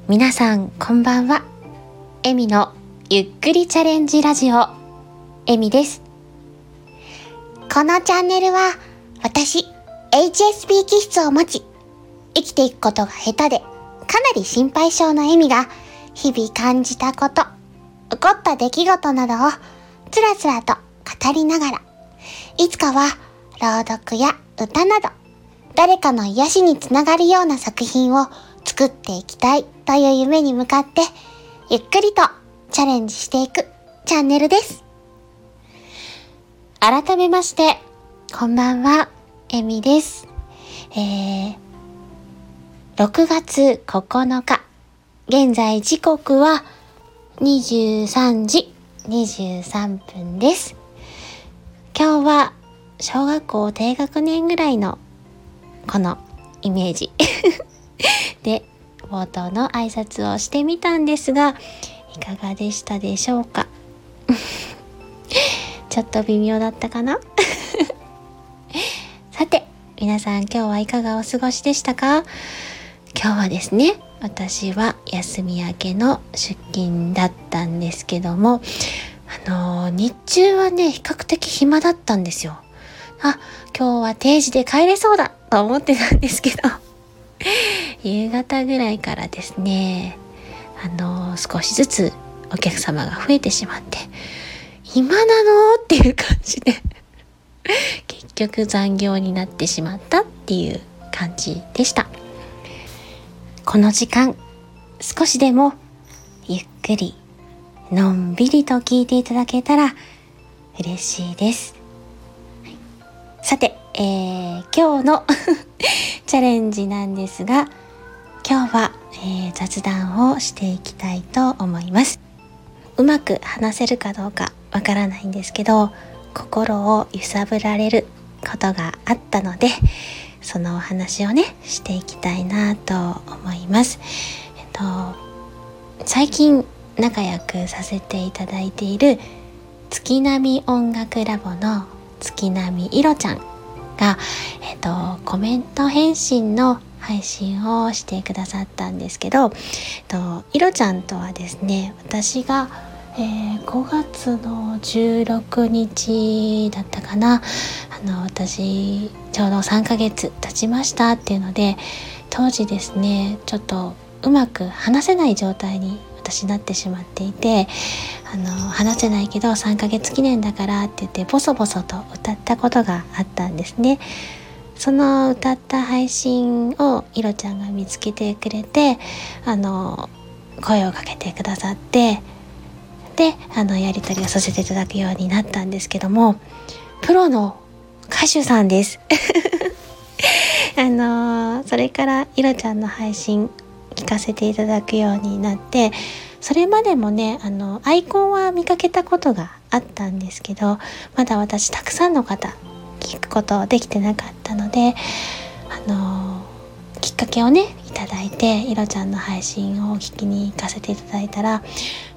皆さんこんばんは。エミのゆっくりチャレンジラジオ、エミです。 このチャンネルは私 HSP 気質を持ち、生きていくことが下手でかなり心配性のエミが日々感じたこと、起こった出来事などをつらつらと語りながら、いつかは朗読や歌など誰かの癒しにつながるような作品を作っていきたいという夢に向かってゆっくりとチャレンジしていくチャンネルです。 改めましてこんばんは、エミです。6月9日、現在時刻は23時23分です。今日は小学校低学年ぐらいのこのイメージで冒頭の挨拶をしてみたんですが、いかがでしたでしょうかちょっと微妙だったかなさて皆さん、今日はいかがお過ごしでしたか？今日はですね、私は休み明けの出勤だったんですけども、日中はね比較的暇だったんですよ。今日は定時で帰れそうだと思ってたんですけど夕方ぐらいからですね、少しずつお客様が増えてしまって、暇なのっていう感じで結局残業になってしまったっていう感じでした。この時間少しでもゆっくりのんびりと聞いていただけたら嬉しいです。さて、今日のチャレンジなんですが、今日は、雑談をしていきたいと思います。うまく話せるかどうかわからないんですけど、心を揺さぶられることがあったので、そのお話をねしていきたいなと思います。最近仲良くさせていただいている月並音楽ラボの月並いろちゃんが、コメント返信の配信をしてくださったんですけど、いろちゃんとはですね、私が、5月の16日だったかな、私ちょうど3ヶ月経ちましたっていうので、当時ですねちょっとうまく話せない状態に私なってしまっていて、話せないけど3ヶ月記念だからって言ってボソボソと歌ったことがあったんですね。その歌った配信をいろちゃんが見つけてくれて、声をかけてくださって、でやり取りをさせていただくようになったんですけども、プロの歌手さんですそれからいろちゃんの配信聞かせていただくようになって、それまでもねアイコンは見かけたことがあったんですけど、まだ私たくさんの方聞くことできてなかったので、きっかけをねいただいて、いろちゃんの配信を聞きに行かせていただいたら、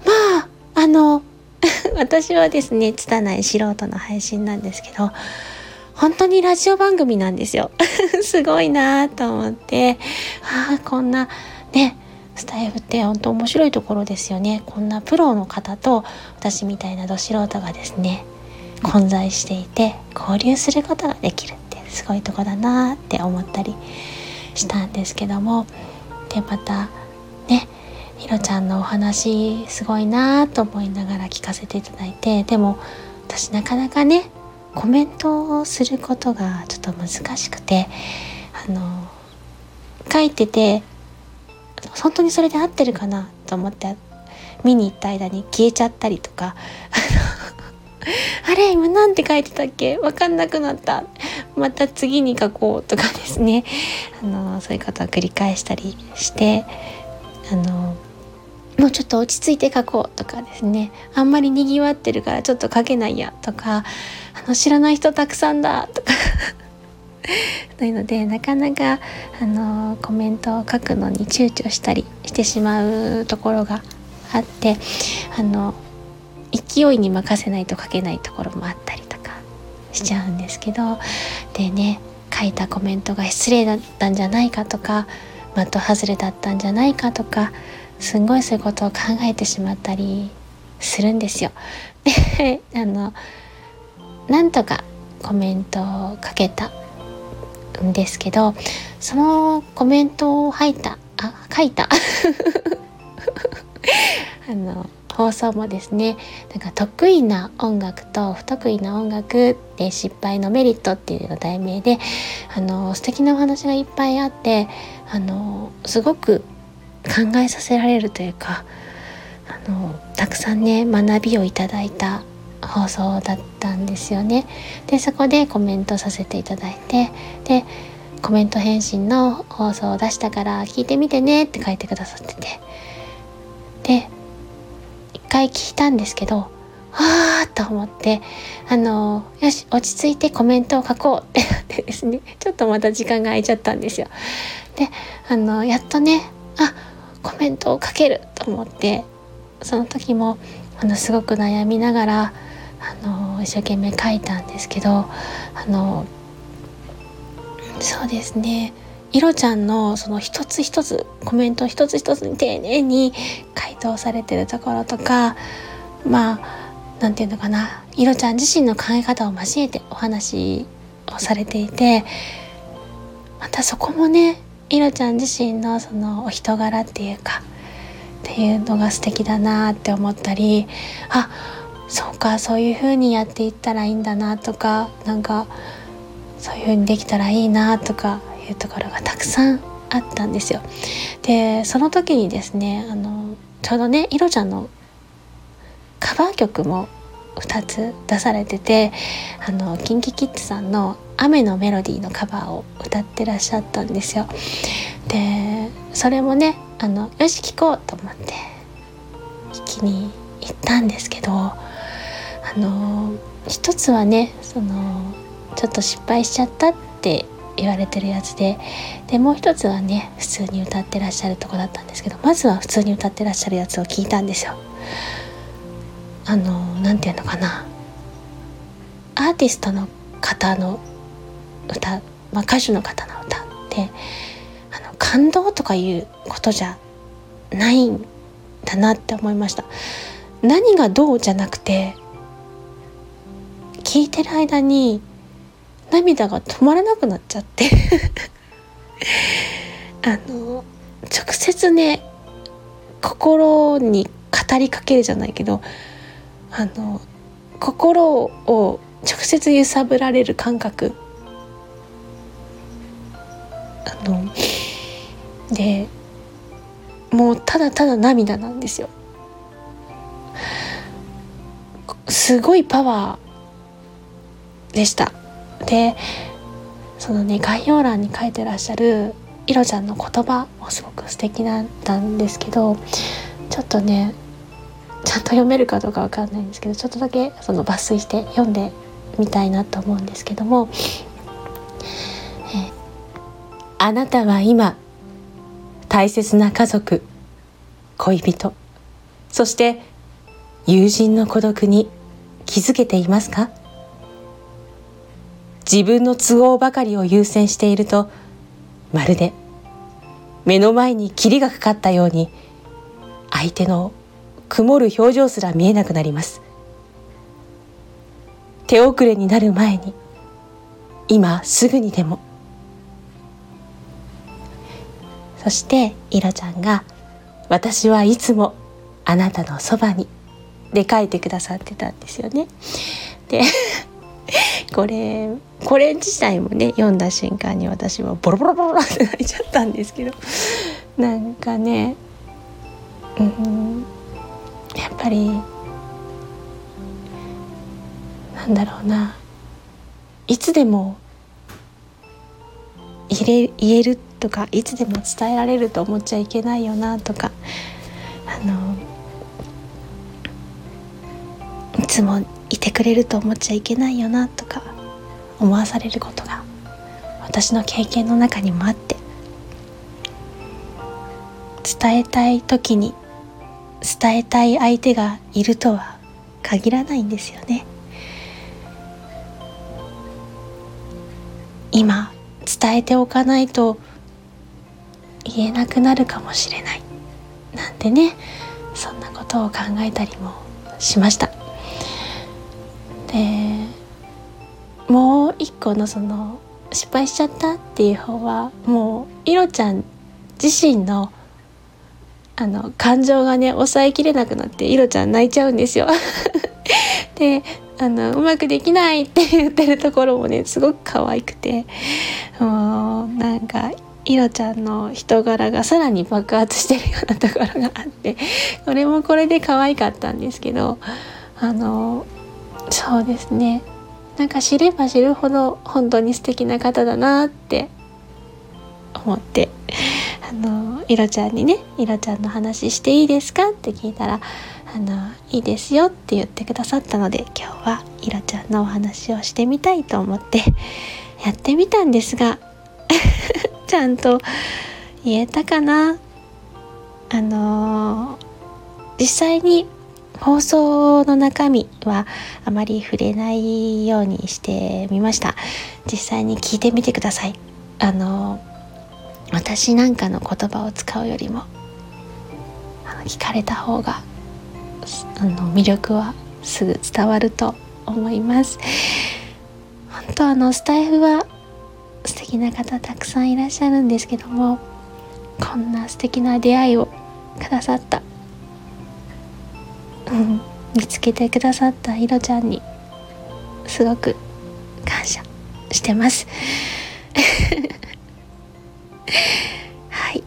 私はですね拙い素人の配信なんですけど、本当にラジオ番組なんですよすごいなと思って、こんなねスタイフって本当面白いところですよね。こんなプロの方と私みたいなど素人がですね混在していて交流することができるってすごいとこだなって思ったりしたんですけども、でまたねひろちゃんのお話すごいなと思いながら聞かせていただいて、でも私なかなかねコメントをすることがちょっと難しくて、書いてて本当にそれで合ってるかなと思って見に行った間に消えちゃったりとかあれ今なんて書いてたっけわかんなくなった、また次に書こうとかですね、そういうことを繰り返したりして、もうちょっと落ち着いて書こうとかですね、あんまりにぎわってるからちょっと書けないやとか、知らない人たくさんだとかというので、なかなかコメントを書くのに躊躇したりしてしまうところがあって、勢いに任せないと書けないところもあったりとかしちゃうんですけど、でね書いたコメントが失礼だったんじゃないかとか、的外れだったんじゃないかとか、 すんごいそういうことを考えてしまったりするんですよ。でなんとかコメントをかけたんですけど、そのコメントを書いた放送もですね、なんか得意な音楽と不得意な音楽で失敗のメリットっていうの題名で素敵なお話がいっぱいあって、すごく考えさせられるというか、たくさんね学びをいただいた放送だったんですよね。でそこでコメントさせていただいて、でコメント返信の放送を出したから聞いてみてねって書いてくださってて、で一回聞いたんですけど、と思って、よし落ち着いてコメントを書こうってなってですね、ちょっとまた時間が空いちゃったんですよ。でやっとねコメントを書けると思って、その時もすごく悩みながら一生懸命書いたんですけど、そうですね、いろちゃんのその一つ一つコメント一つ一つに丁寧に回答されてるところとか、なんていうのかな、いろちゃん自身の考え方を交えてお話をされていて、またそこもねいろちゃん自身のそのお人柄っていうかっていうのが素敵だなって思ったり、そうか、そういう風にやっていったらいいんだなとか、なんかそういう風にできたらいいなとかいうところがたくさんあったんですよ。でその時にですね、ちょうどねいろちゃんのカバー曲も2つ出されてて、KinKiKids さんの雨のメロディーのカバーを歌ってらっしゃったんですよ。でそれもねよし聴こうと思って聴きに行ったんですけど、一つはねちょっと失敗しちゃったって言われてるやつで、もう一つはね普通に歌ってらっしゃるとこだったんですけど、まずは普通に歌ってらっしゃるやつを聞いたんですよ。なんていうのかな、アーティストの方の歌、歌手の方の歌って感動とかいうことじゃないんだなって思いました。何がどうじゃなくて、聞いてる間に涙が止まらなくなっちゃって直接ね心に語りかけるじゃないけど、心を直接揺さぶられる感覚で、もうただただ涙なんですよ。すごいパワーでした。でそのね概要欄に書いてらっしゃるいろちゃんの言葉もすごく素敵だったんですけど、ちょっとねちゃんと読めるかどうかわかんないんですけど、ちょっとだけ抜粋して読んでみたいなと思うんですけども、あなたは今大切な家族、恋人、そして友人の孤独に気づけていますか？自分の都合ばかりを優先していると、まるで目の前に霧がかかったように、相手の曇る表情すら見えなくなります。手遅れになる前に、今すぐにでも。そしていろちゃんが、私はいつもあなたのそばにで書いてくださってたんですよね。でこれ自体もね読んだ瞬間に私はボロボロボロって泣いちゃったんですけど、なんかね、やっぱりなんだろうな、いつでも言えるとか、いつでも伝えられると思っちゃいけないよなとか、いつもいてくれると思っちゃいけないよなとか思わされることが私の経験の中にもあって、伝えたい時に伝えたい相手がいるとは限らないんですよね。今伝えておかないと言えなくなるかもしれない。 なんてね、そんなことを考えたりもしました。でもう一個のその失敗しちゃったっていう方は、もういろちゃん自身の感情がね抑えきれなくなって、いろちゃん泣いちゃうんですよでうまくできないって言ってるところもねすごく可愛くて、もうなんかいろちゃんの人柄がさらに爆発してるようなところがあって、これもこれで可愛かったんですけど、そうですね、なんか知れば知るほど本当に素敵な方だなって思って、いろちゃんにね、いろちゃんの話していいですかって聞いたら、いいですよって言ってくださったので、今日はいろちゃんのお話をしてみたいと思ってやってみたんですがちゃんと言えたかな。実際に放送の中身はあまり触れないようにしてみました。実際に聞いてみてください。私なんかの言葉を使うよりも聞かれた方が魅力はすぐ伝わると思います。本当スタイフは素敵な方たくさんいらっしゃるんですけども、こんな素敵な出会いをくださった、見つけてくださったいろちゃんにすごく感謝してますはい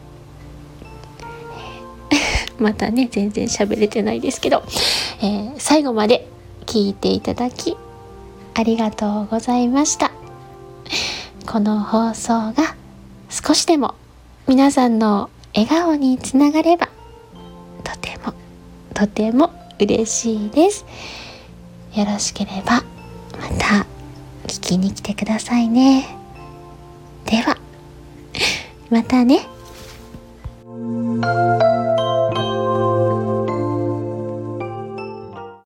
またね全然喋れてないですけど、最後まで聞いていただきありがとうございました。この放送が少しでも皆さんの笑顔につながればとてもとても嬉しいです。よろしければまた聞きに来てくださいね。ではまたね。